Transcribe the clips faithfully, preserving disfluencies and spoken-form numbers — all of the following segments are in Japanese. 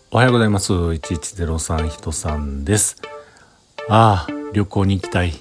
おはようございます。いちいちゼロさんひとさんです。ああ、旅行に行きたい。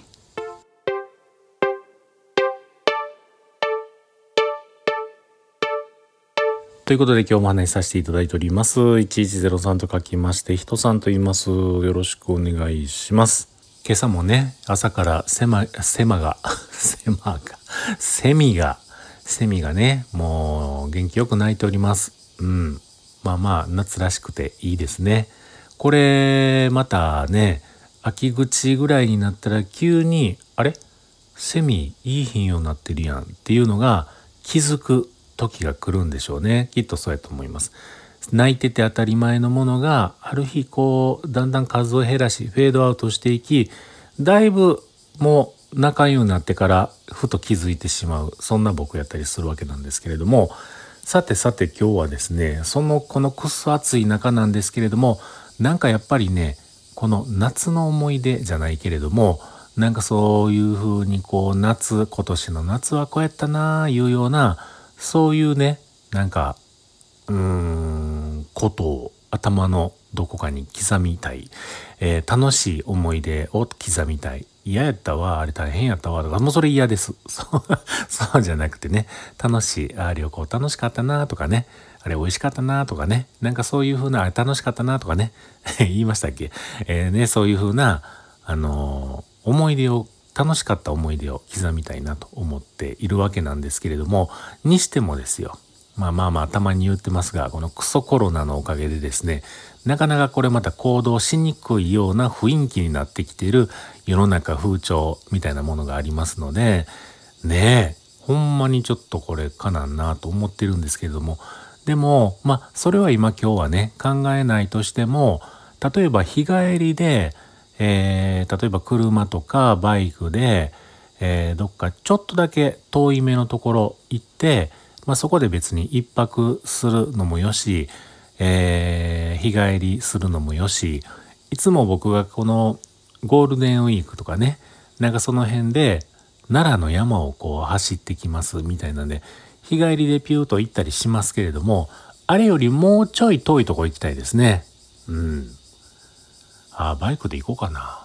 ということで今日もお話しさせていただいております。いちいちゼロさんと書きましてひとさんと言います。よろしくお願いします。今朝もね、朝からセマ、セマが、セマが、セミが、セミがね、もう元気よく鳴いております。うん。まあまあ夏らしくていいですね。これまたね、秋口ぐらいになったら急にあれセミいい品ようになってるやんっていうのが気づく時が来るんでしょうね。きっとそうやと思います。鳴いてて当たり前のものがある日こうだんだん数を減らしフェードアウトしていき、だいぶもう仲良くなってからふと気づいてしまう、そんな僕やったりするわけなんですけれども、さてさて今日はですね、そのこのくそ暑い中なんですけれども、なんかやっぱりね、この夏の思い出じゃないけれども、なんかそういう風にこう夏、今年の夏はこうやったなあいうような、そういうね、なんかうーんことを頭のどこかに刻みたい、えー楽しい思い出を刻みたい。嫌やったわ、あれ大変やったわとか、もうそれ嫌です。そうそうじゃなくてね、楽しい、あ旅行楽しかったなとかね、あれ美味しかったなとかね、なんかそういう風な、あれ楽しかったなとかね言いましたっけ、えーね、そういう風なあのー思い出を、楽しかった思い出を刻みたいなと思っているわけなんですけれども、にしてもですよ、まあまあまあたまに言ってますが、このクソコロナのおかげでですね、なかなかこれまた行動しにくいような雰囲気になってきている世の中風潮みたいなものがありますので、ねえ、ほんまにちょっとこれかなんなと思ってるんですけれども、でもまあそれは今今日はね考えないとしても、例えば日帰りで、えー例えば車とかバイクで、えーどっかちょっとだけ遠い目のところ行って、まあ、そこで別に一泊するのもよし、えー日帰りするのもよし、いつも僕がこのゴールデンウィークとかね、なんかその辺で奈良の山をこう走ってきますみたいなんで、日帰りでピューと行ったりしますけれども、あれよりもうちょい遠いとこ行きたいですね。うん。あ、バイクで行こうかな。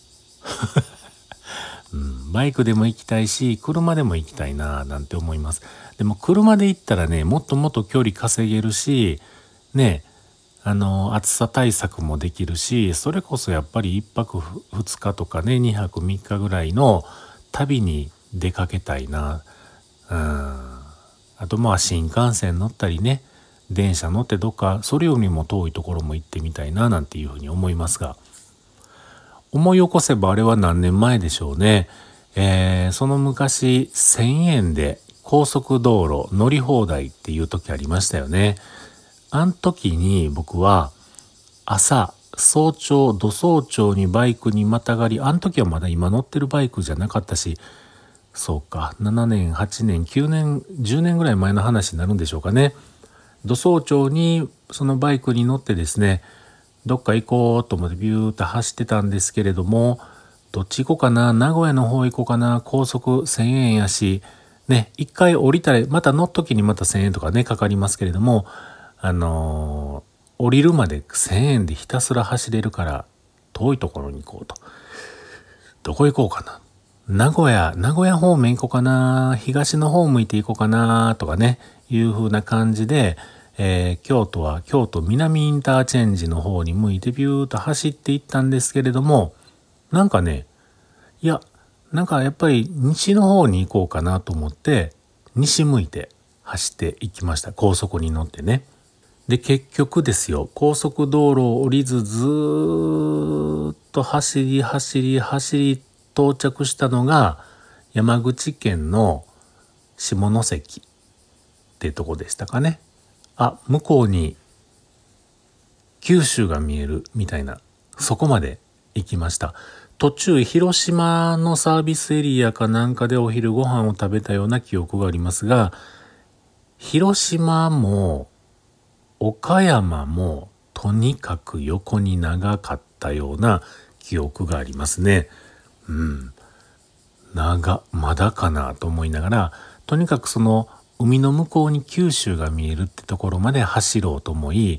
うん、バイクでも行きたいし、車でも行きたいななんて思います。でも車で行ったらね、もっともっと距離稼げるし、ね、あの暑さ対策もできるし、それこそやっぱりいっぱくふつかとかね、にはくみっかぐらいの旅に出かけたいな。うん。あとまあ新幹線乗ったりね、電車乗ってどっかそれよりも遠いところも行ってみたいななんていうふうに思いますが、思い起こせばあれは何年前でしょうね。えーその昔せんえんで高速道路乗り放題っていう時ありましたよね。あん時に僕は朝早朝土早朝にバイクにまたがり、あん時はまだ今乗ってるバイクじゃなかったし、そうかななねんはちねんきゅうねんじゅうねんぐらい前の話になるんでしょうかね。土早朝にそのバイクに乗ってですね、どっか行こうと思ってビューって走ってたんですけれども、どっち行こうかな、名古屋の方行こうかな、高速せんえんやし、ね、一回降りたらまた乗っときにまたせんえんとかねかかりますけれども、あのー降りるまでせんえんでひたすら走れるから遠いところに行こうと。どこ行こうかな。名古屋、名古屋方面行こうかな、東の方向いて行こうかなとかね、いう風な感じで、えー京都は京都南インターチェンジの方に向いてビューッと走っていったんですけれども、なんかね、いや、なんかやっぱり西の方に行こうかなと思って、西向いて走っていきました。高速に乗ってね。で、結局ですよ、高速道路を降りずずーっと走り走り走り到着したのが山口県の下関ってとこでしたかね。あ、向こうに九州が見えるみたいな、そこまで行きました。途中広島のサービスエリアかなんかでお昼ご飯を食べたような記憶がありますが、広島も岡山もとにかく横に長かったような記憶がありますね。うん。長、まだかなと思いながら、とにかくその海の向こうに九州が見えるってところまで走ろうと思い、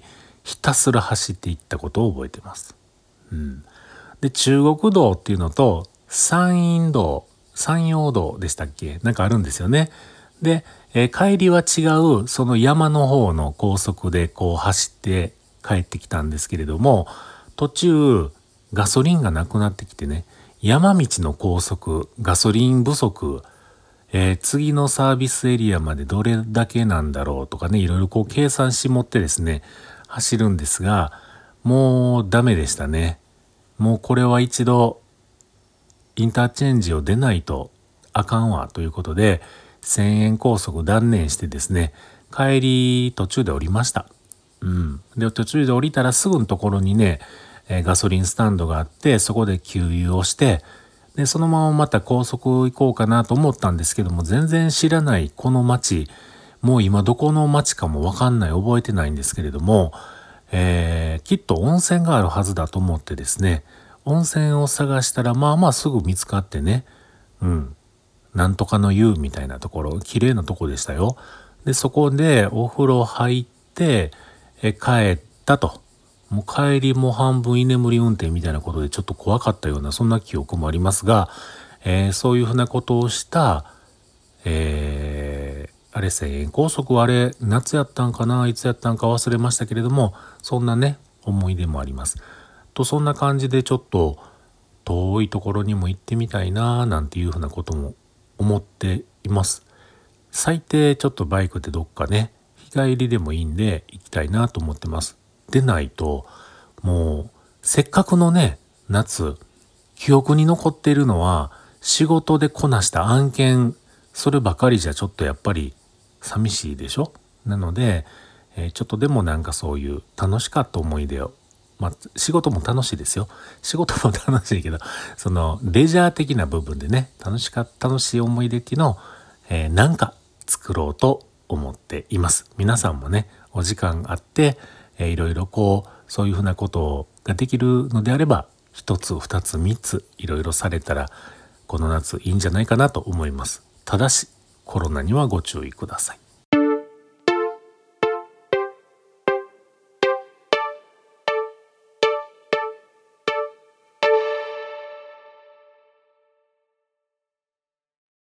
ひたすら走っていったことを覚えてます。うん、で中国道っていうのと山陰道山陽道でしたっけ、なんかあるんですよね。で、えー帰りは違うその山の方の高速でこう走って帰ってきたんですけれども、途中ガソリンがなくなってきてね、山道の高速ガソリン不足、えー次のサービスエリアまでどれだけなんだろうとかね、いろいろこう計算し持ってですね走るんですが、もうダメでしたね。もうこれは一度インターチェンジを出ないとあかんわということで、せんえん高速断念してですね、帰り途中で降りました。うん。で、途中で降りたらすぐのところにね、えーガソリンスタンドがあって、そこで給油をして、で、そのまままた高速行こうかなと思ったんですけども、全然知らないこの町、もう今どこの町かもわかんない、覚えてないんですけれども、えーきっと温泉があるはずだと思ってですね、温泉を探したらまあまあすぐ見つかってね、うん、なんとかの湯みたいなところ、綺麗なとこでしたよ。で、そこでお風呂入って、え帰ったと。もう帰りも半分居眠り運転みたいなことでちょっと怖かったようなそんな記憶もありますが、えーそういうふうなことをした、えーあれせんえん高速はあれ夏やったんかないつやったんか忘れましたけれども、そんなね思い出もあります。とそんな感じでちょっと遠いところにも行ってみたいななんていうふうなことも思っています。最低ちょっとバイクでどっかね日帰りでもいいんで行きたいなと思ってます。でないともうせっかくのね夏、記憶に残っているのは仕事でこなした案件、そればかりじゃちょっとやっぱり寂しいでしょ。なので、えーちょっとでもなんかそういう楽しかった思い出を、まあ仕事も楽しいですよ。仕事も楽しいけど、そのレジャー的な部分でね、楽しかった楽しい思い出っていうのを、えーなんか作ろうと思っています。皆さんもね、お時間あって、えーいろいろこうそういうふうなことができるのであれば、一つ二つ三ついろいろされたらこの夏いいんじゃないかなと思います。ただしコロナにはご注意ください。